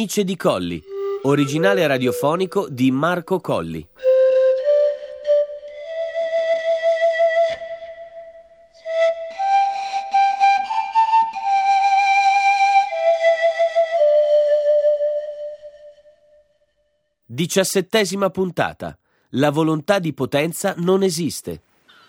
Nietzsche di Colli, originale radiofonico di Marco Colli. Diciassettesima puntata. La volontà di potenza non esiste.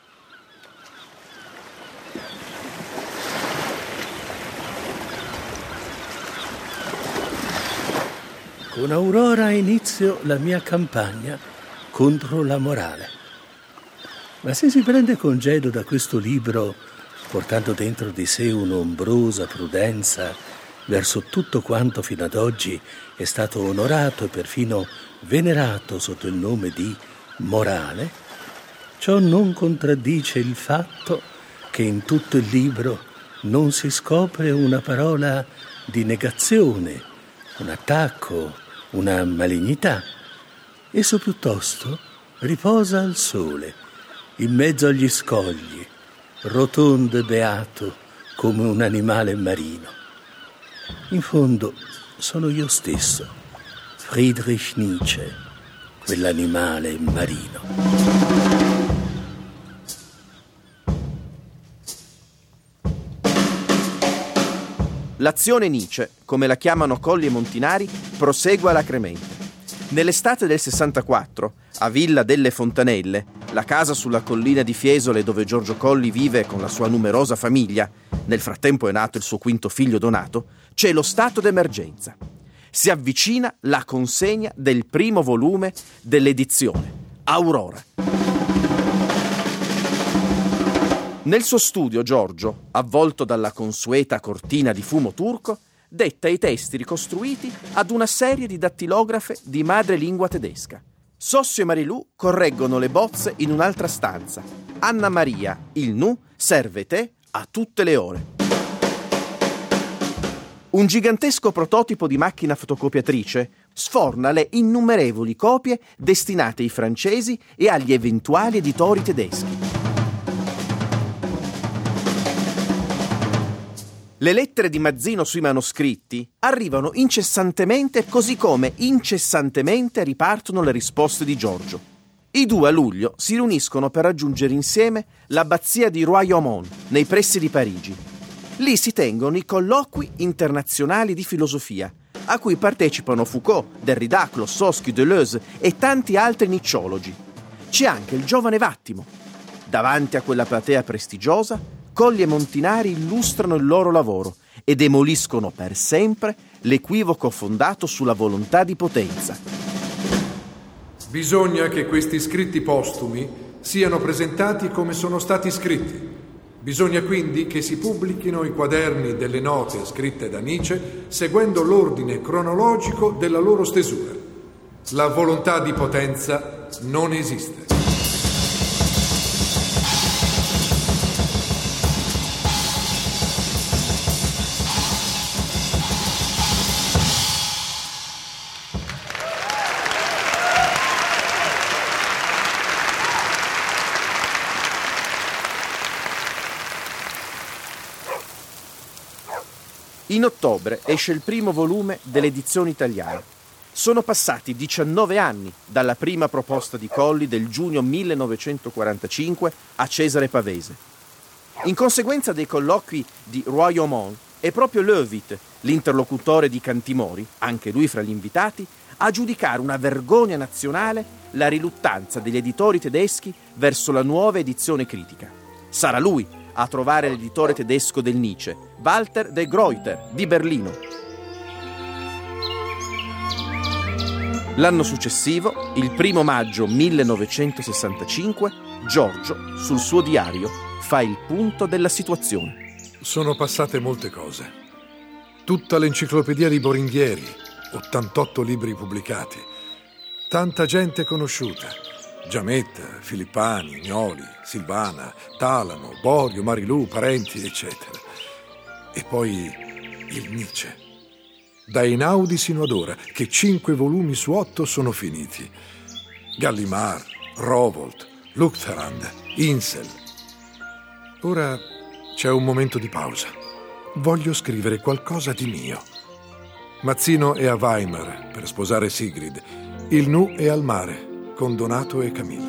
Con Aurora inizio la mia campagna contro la morale. Ma se si prende congedo da questo libro, portando dentro di sé un'ombrosa prudenza verso tutto quanto fino ad oggi è stato onorato e perfino venerato sotto il nome di morale, ciò non contraddice il fatto che in tutto il libro non si scopre una parola di negazione, un attacco, una malignità. Esso piuttosto riposa al sole, in mezzo agli scogli, rotondo e beato come un animale marino. In fondo sono io stesso, Friedrich Nietzsche, quell'animale marino. L'azione Nietzsche, come la chiamano Colli e Montinari, prosegue alacremente. Nell'estate del 64, a Villa delle Fontanelle, la casa sulla collina di Fiesole dove Giorgio Colli vive con la sua numerosa famiglia, nel frattempo è nato il suo quinto figlio Donato, c'è lo stato d'emergenza. Si avvicina la consegna del primo volume dell'edizione, Aurora. Nel suo studio Giorgio, avvolto dalla consueta cortina di fumo turco, detta i testi ricostruiti ad una serie di dattilografe di madrelingua tedesca. Sossio e Marilù correggono le bozze in un'altra stanza. Anna Maria, il nu, serve tè a tutte le ore. Un gigantesco prototipo di macchina fotocopiatrice sforna le innumerevoli copie destinate ai francesi e agli eventuali editori tedeschi. Le lettere di Mazzino sui manoscritti arrivano incessantemente, così come incessantemente ripartono le risposte di Giorgio. I due a luglio si riuniscono per raggiungere insieme l'abbazia di Royaumont, nei pressi di Parigi. Lì si tengono i colloqui internazionali di filosofia, a cui partecipano Foucault, Derrida, Klossowski, Deleuze e tanti altri nicciologi. C'è anche il giovane Vattimo. Davanti a quella platea prestigiosa, Colli e Montinari illustrano il loro lavoro e demoliscono per sempre l'equivoco fondato sulla volontà di potenza. Bisogna che questi scritti postumi siano presentati come sono stati scritti. Bisogna quindi che si pubblichino i quaderni delle note scritte da Nietzsche seguendo l'ordine cronologico della loro stesura. La volontà di potenza non esiste. In ottobre esce il primo volume dell'edizione italiana. Sono passati 19 anni dalla prima proposta di Colli del giugno 1945 a Cesare Pavese. In conseguenza dei colloqui di Royaumont, è proprio Löwit, l'interlocutore di Cantimori, anche lui fra gli invitati, a giudicare una vergogna nazionale la riluttanza degli editori tedeschi verso la nuova edizione critica. Sarà lui a trovare l'editore tedesco del Nietzsche, Walter de Gruyter, di Berlino. L'anno successivo, il 1 maggio 1965, Giorgio, sul suo diario, fa il punto della situazione. Sono passate molte cose. Tutta l'enciclopedia di Boringhieri, 88 libri pubblicati, tanta gente conosciuta. Giametta, Filippani, Gnoli, Silvana, Talamo, Borio, Marilù, parenti, eccetera. E poi il Nietzsche. Da Einaudi sino ad ora, che 5 volumi su 8 sono finiti. Gallimard, Rowohlt, Luchterand, Insel. Ora c'è un momento di pausa. Voglio scrivere qualcosa di mio. Mazzino è a Weimar per sposare Sigrid. Il Nu è al mare con Donato e Camilla.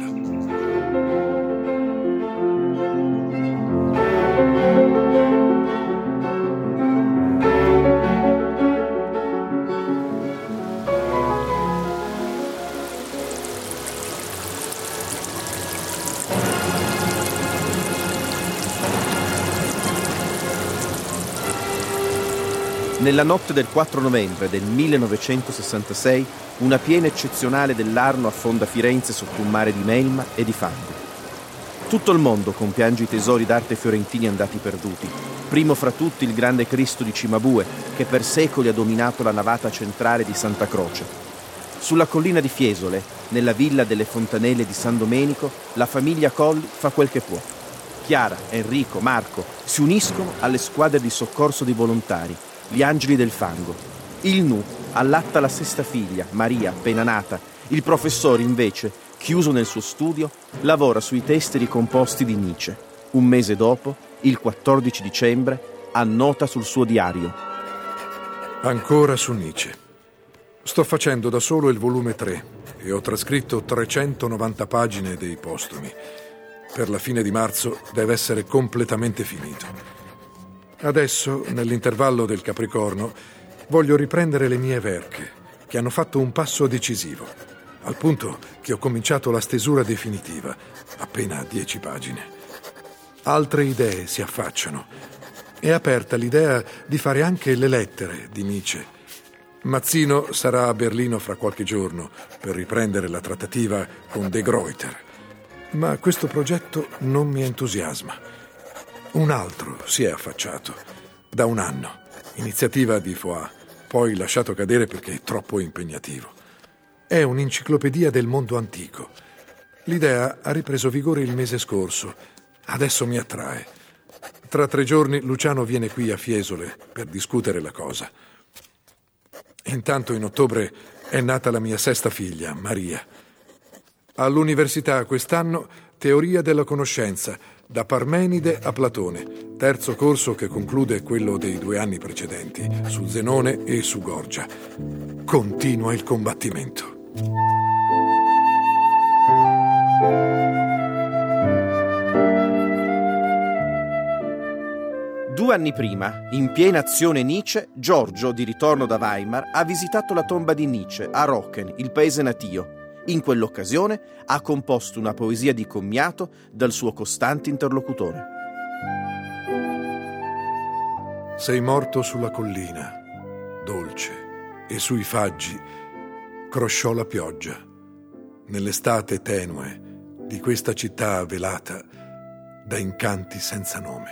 Nella notte del 4 novembre del 1966, una piena eccezionale dell'Arno affonda Firenze sotto un mare di melma e di fango. Tutto il mondo compiange i tesori d'arte fiorentini andati perduti, primo fra tutti il grande Cristo di Cimabue, che per secoli ha dominato la navata centrale di Santa Croce. Sulla collina di Fiesole, nella villa delle Fontanelle di San Domenico, la famiglia Colli fa quel che può. Chiara, Enrico, Marco si uniscono alle squadre di soccorso dei volontari, gli Angeli del Fango. Il Nu allatta la sesta figlia, Maria, appena nata. Il professore, invece, chiuso nel suo studio, lavora sui testi ricomposti di Nietzsche. Un mese dopo, il 14 dicembre, annota sul suo diario: Ancora su Nietzsche. Sto facendo da solo il volume 3 e ho trascritto 390 pagine dei postumi. Per la fine di marzo deve essere completamente finito. Adesso, nell'intervallo del Capricorno, voglio riprendere le mie verche, che hanno fatto un passo decisivo, al punto che ho cominciato la stesura definitiva, appena 10 pagine. Altre idee si affacciano. È aperta l'idea di fare anche le lettere di Nietzsche. Mazzino sarà a Berlino fra qualche giorno per riprendere la trattativa con De Gruyter. Ma questo progetto non mi entusiasma. Un altro si è affacciato, da un anno, iniziativa di Foà, poi lasciato cadere perché è troppo impegnativo. È un'enciclopedia del mondo antico. L'idea ha ripreso vigore il mese scorso, adesso mi attrae. Tra 3 giorni Luciano viene qui a Fiesole per discutere la cosa. Intanto in ottobre è nata la mia sesta figlia, Maria. All'università quest'anno teoria della conoscenza, da Parmenide a Platone, terzo corso che conclude quello dei 2 anni precedenti, su Zenone e su Gorgia. Continua il combattimento. Due anni prima, in piena azione Nietzsche, Giorgio, di ritorno da Weimar, ha visitato la tomba di Nietzsche a Rocken, il paese natio. In quell'occasione ha composto una poesia di commiato dal suo costante interlocutore. Sei morto sulla collina, dolce, e sui faggi crosciò la pioggia, nell'estate tenue di questa città velata da incanti senza nome.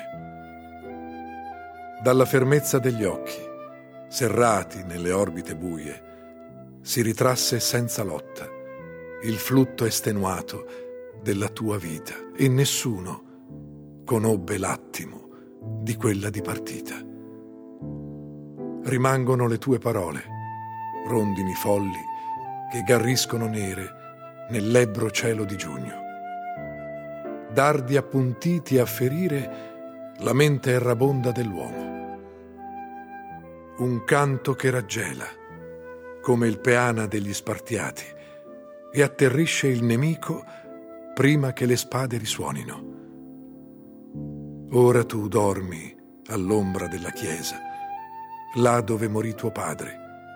Dalla fermezza degli occhi, serrati nelle orbite buie, si ritrasse senza lotta il flutto estenuato della tua vita e nessuno conobbe l'attimo di quella dipartita. Rimangono le tue parole, rondini folli che garriscono nere nell'ebbro cielo di giugno. Dardi appuntiti a ferire la mente errabonda dell'uomo. Un canto che raggela, come il peana degli Spartiati, e atterrisce il nemico prima che le spade risuonino. Ora tu dormi all'ombra della chiesa, là dove morì tuo padre.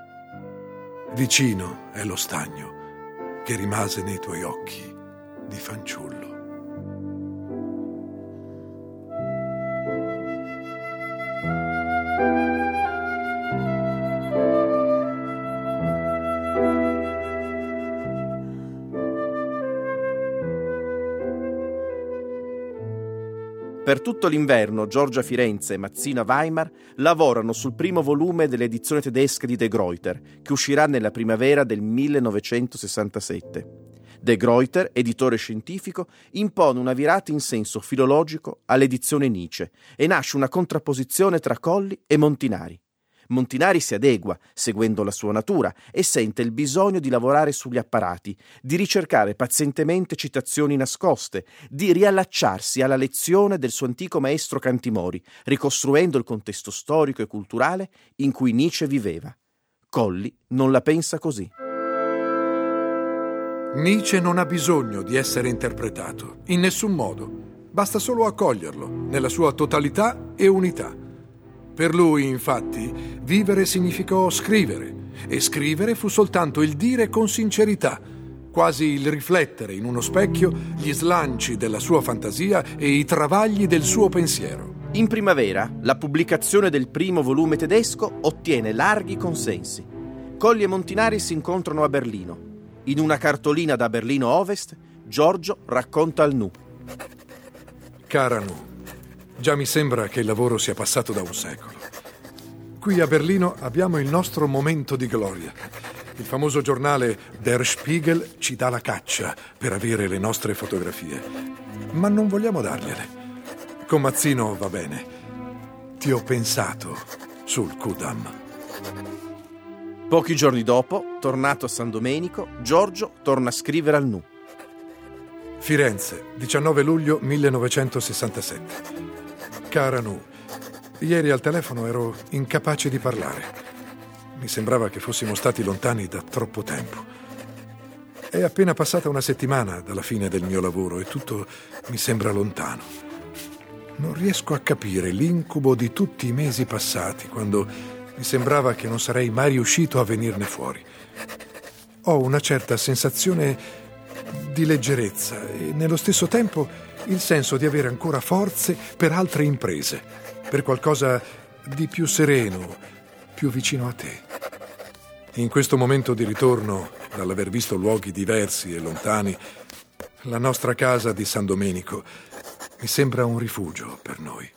Vicino è lo stagno che rimase nei tuoi occhi di fanciullo. Per tutto l'inverno Giorgio a Firenze e Mazzino a Weimar lavorano sul primo volume dell'edizione tedesca di De Gruyter, che uscirà nella primavera del 1967. De Gruyter, editore scientifico, impone una virata in senso filologico all'edizione Nietzsche e nasce una contrapposizione tra Colli e Montinari. Montinari si adegua, seguendo la sua natura, e sente il bisogno di lavorare sugli apparati, di ricercare pazientemente citazioni nascoste, di riallacciarsi alla lezione del suo antico maestro Cantimori, ricostruendo il contesto storico e culturale in cui Nietzsche viveva. Colli non la pensa così. Nietzsche non ha bisogno di essere interpretato, in nessun modo. Basta solo accoglierlo, nella sua totalità e unità. Per lui, infatti, vivere significò scrivere, e scrivere fu soltanto il dire con sincerità, quasi il riflettere in uno specchio gli slanci della sua fantasia e i travagli del suo pensiero. In primavera, la pubblicazione del primo volume tedesco ottiene larghi consensi. Colli e Montinari si incontrano a Berlino. In una cartolina da Berlino Ovest, Giorgio racconta al Nu. Cara Nu, già mi sembra che il lavoro sia passato da un secolo. Qui a Berlino abbiamo il nostro momento di gloria. Il famoso giornale Der Spiegel ci dà la caccia per avere le nostre fotografie. Ma non vogliamo dargliele. Con Mazzino va bene. Ti ho pensato sul Kudamm. Pochi giorni dopo, tornato a San Domenico, Giorgio torna a scrivere al Nu. Firenze, 19 luglio 1967. Cara Nu, ieri al telefono ero incapace di parlare. Mi sembrava che fossimo stati lontani da troppo tempo. È appena passata una settimana dalla fine del mio lavoro e tutto mi sembra lontano. Non riesco a capire l'incubo di tutti i mesi passati, quando mi sembrava che non sarei mai riuscito a venirne fuori. Ho una certa sensazione di leggerezza e nello stesso tempo il senso di avere ancora forze per altre imprese, per qualcosa di più sereno, più vicino a te. In questo momento di ritorno, dall'aver visto luoghi diversi e lontani, la nostra casa di San Domenico mi sembra un rifugio per noi.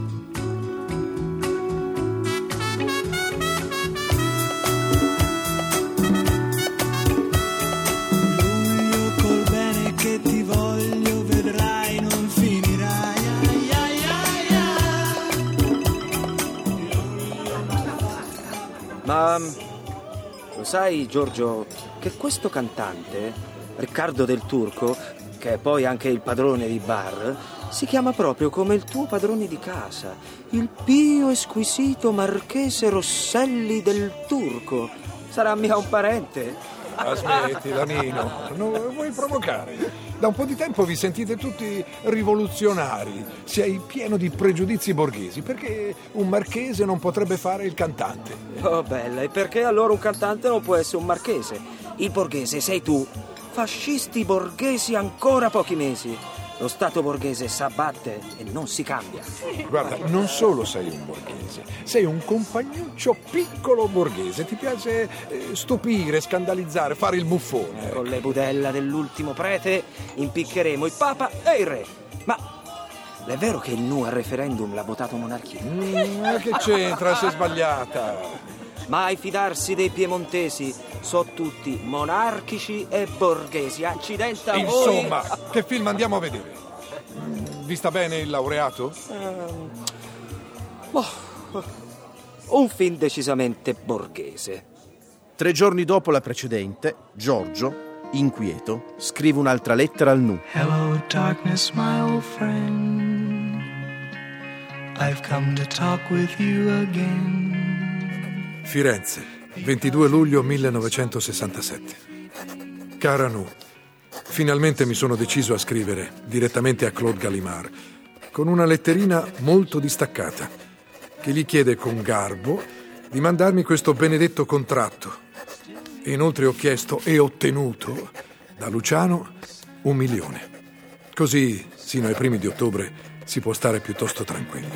Ma lo sai, Giorgio, che questo cantante, Riccardo Del Turco, che è poi anche il padrone di bar, si chiama proprio come il tuo padrone di casa, il pio e squisito marchese Rosselli Del Turco. Sarà mica un parente? Smettila, Nino, non vuoi provocare? Da un po' di tempo vi sentite tutti rivoluzionari, sei pieno di pregiudizi borghesi. Perché un marchese non potrebbe fare il cantante? Oh, bella, e perché allora un cantante non può essere un marchese? Il borghese sei tu. Fascisti borghesi ancora pochi mesi. Lo Stato borghese s'abbatte e non si cambia. Guarda, non solo sei un borghese, sei un compagnuccio piccolo borghese. Ti piace stupire, scandalizzare, fare il buffone. Con le budella dell'ultimo prete impiccheremo il Papa e il Re. Ma è vero che il Nu al referendum l'ha votato monarchia? Che c'entra, sei sbagliata. Mai fidarsi dei piemontesi, so tutti monarchici e borghesi. Accidenta voi. Insomma, che film andiamo a vedere? Vi sta bene il laureato? Un film decisamente borghese. 3 giorni dopo la precedente, Giorgio, inquieto, scrive un'altra lettera al Nu. Hello darkness, my old friend. I've come to talk with you again. Firenze, 22 luglio 1967. Cara Nu, finalmente mi sono deciso a scrivere direttamente a Claude Gallimard con una letterina molto distaccata che gli chiede con garbo di mandarmi questo benedetto contratto. E inoltre ho chiesto e ottenuto da Luciano 1 milione. Così, sino ai primi di ottobre, si può stare piuttosto tranquilli.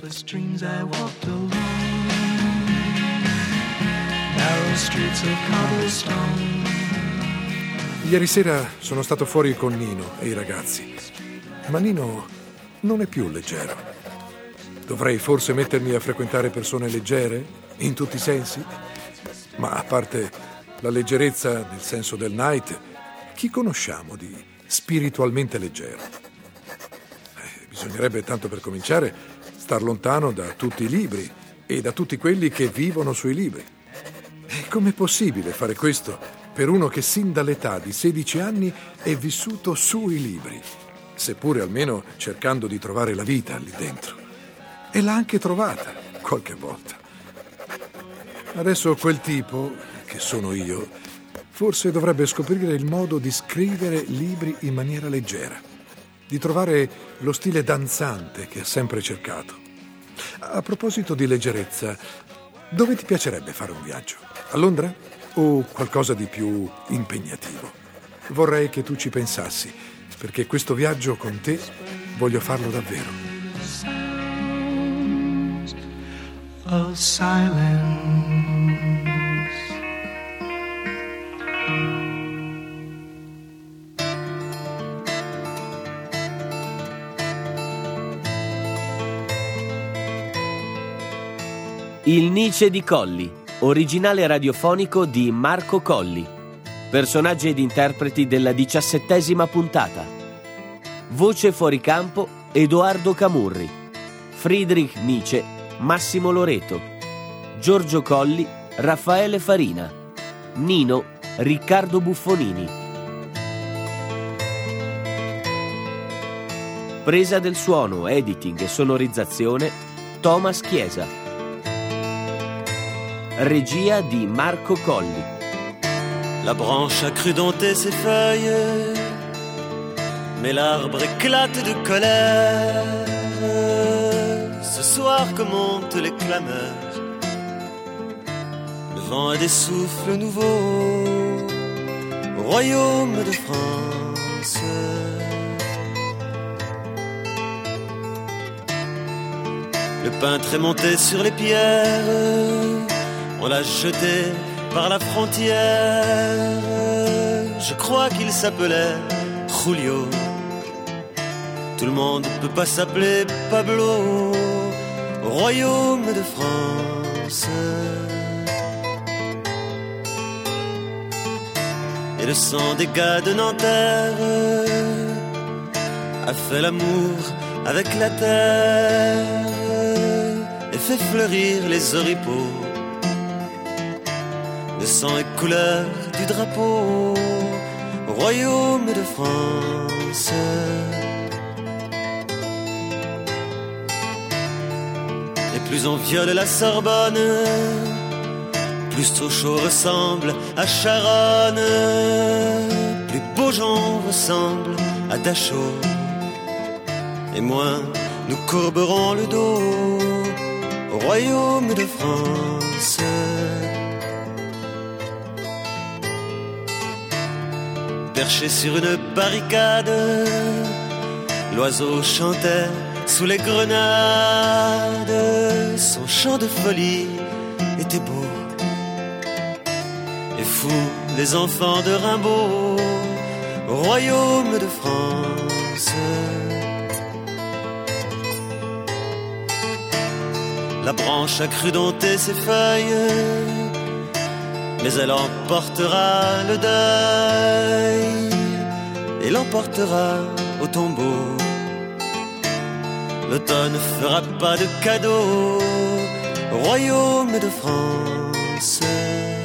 Ieri sera sono stato fuori con Nino e i ragazzi, ma Nino non è più leggero. Dovrei forse mettermi a frequentare persone leggere, in tutti i sensi? Ma a parte la leggerezza nel senso del night, chi conosciamo di spiritualmente leggero? Bisognerebbe, tanto per cominciare, star lontano da tutti i libri e da tutti quelli che vivono sui libri. E com'è possibile fare questo per uno che sin dall'età di 16 anni è vissuto sui libri, seppure almeno cercando di trovare la vita lì dentro? E l'ha anche trovata qualche volta. Adesso quel tipo, che sono io, forse dovrebbe scoprire il modo di scrivere libri in maniera leggera, di trovare lo stile danzante che ha sempre cercato. A proposito di leggerezza, dove ti piacerebbe fare un viaggio? A Londra? O qualcosa di più impegnativo? Vorrei che tu ci pensassi, perché questo viaggio con te voglio farlo davvero. Sounds of silence. Il Nice di Colli, originale radiofonico di Marco Colli. Personaggi ed interpreti della 17ª puntata. Voce fuori campo Edoardo Camurri. Friedrich Nietzsche, Massimo Loreto. Giorgio Colli, Raffaele Farina. Nino, Riccardo Buffonini. Presa del suono, editing e sonorizzazione Thomas Chiesa. Regia di Marco Colli. La branche a cru dompter ses feuilles, mais l'arbre éclate de colère. Ce soir commentent les clameurs, le vent a des souffles nouveaux au royaume de France. Le peintre est monté sur les pierres, on l'a jeté par la frontière. Je crois qu'il s'appelait Julio. Tout le monde ne peut pas s'appeler Pablo au royaume de France. Et le sang des gars de Nanterre a fait l'amour avec la terre et fait fleurir les oripeaux. Le sang et couleur du drapeau au royaume de France. Et plus on viole la Sorbonne, plus Sochaux ressemble à Charonne, plus Beaujon ressemble à Dachau, et moins nous courberons le dos au royaume de France. Perché sur une barricade, l'oiseau chantait sous les grenades. Son chant de folie était beau et fou les enfants de Rimbaud au royaume de France. La branche a cru dompter ses feuilles, mais elle emportera le deuil et l'emportera au tombeau. L'automne ne fera pas de cadeau au royaume de France.